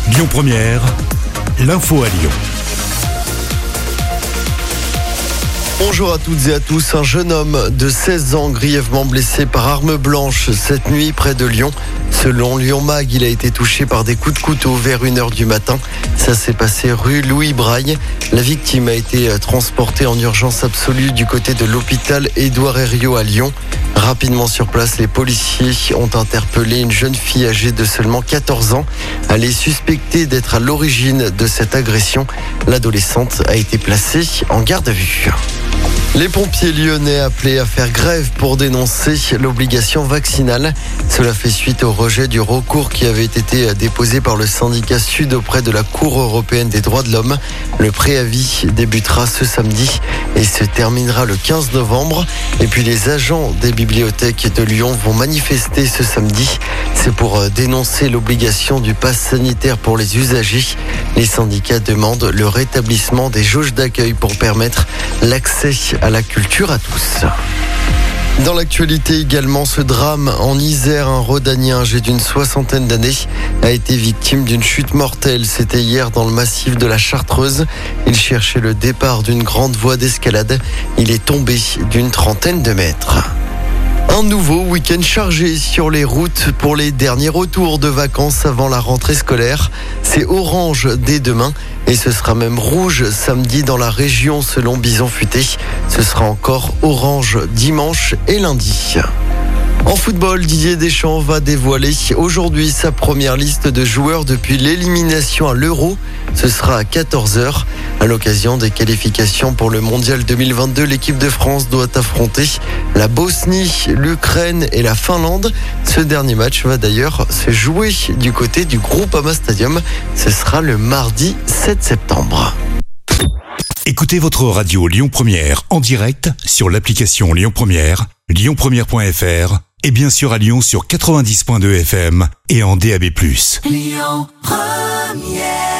Lyon Première, l'info à Lyon. Bonjour à toutes et à tous. Un jeune homme de 16 ans grièvement blessé par arme blanche cette nuit près de Lyon. Selon Lyon Mag, il a été touché par des coups de couteau vers 1h du matin. Ça s'est passé rue Louis Braille. La victime a été transportée en urgence absolue du côté de l'hôpital Édouard Herriot à Lyon. Rapidement sur place, les policiers ont interpellé une jeune fille âgée de seulement 14 ans. Elle est suspectée d'être à l'origine de cette agression. L'adolescente a été placée en garde à vue. Les pompiers lyonnais appelés à faire grève pour dénoncer l'obligation vaccinale. Cela fait suite au rejet du recours qui avait été déposé par le syndicat Sud auprès de la Cour européenne des droits de l'homme. Le préavis débutera ce samedi et se terminera le 15 novembre. Et puis les agents des bibliothèques de Lyon vont manifester ce samedi. C'est pour dénoncer l'obligation du pass sanitaire pour les usagers. Les syndicats demandent le rétablissement des jauges d'accueil pour permettre l'accès à la culture à tous. Dans l'actualité également, ce drame en Isère, un rhodanien âgé d'une 60aine d'années a été victime d'une chute mortelle. C'était hier dans le massif de la Chartreuse. Il cherchait le départ d'une grande voie d'escalade. Il est tombé d'une 30aine de mètres. Un nouveau week-end chargé sur les routes pour les derniers retours de vacances avant la rentrée scolaire. C'est orange dès demain et ce sera même rouge samedi dans la région selon Bison Futé. Ce sera encore orange dimanche et lundi. En football, Didier Deschamps va dévoiler aujourd'hui sa première liste de joueurs depuis l'élimination à l'Euro. Ce sera à 14h. À l'occasion des qualifications pour le Mondial 2022, l'équipe de France doit affronter la Bosnie, l'Ukraine et la Finlande. Ce dernier match va d'ailleurs se jouer du côté du Groupama Stadium. Ce sera le mardi 7 septembre. Écoutez votre radio Lyon Première en direct sur l'application Lyon Première, lyonpremière.fr et bien sûr à Lyon sur 90.2 FM et en DAB+. Lyon Première.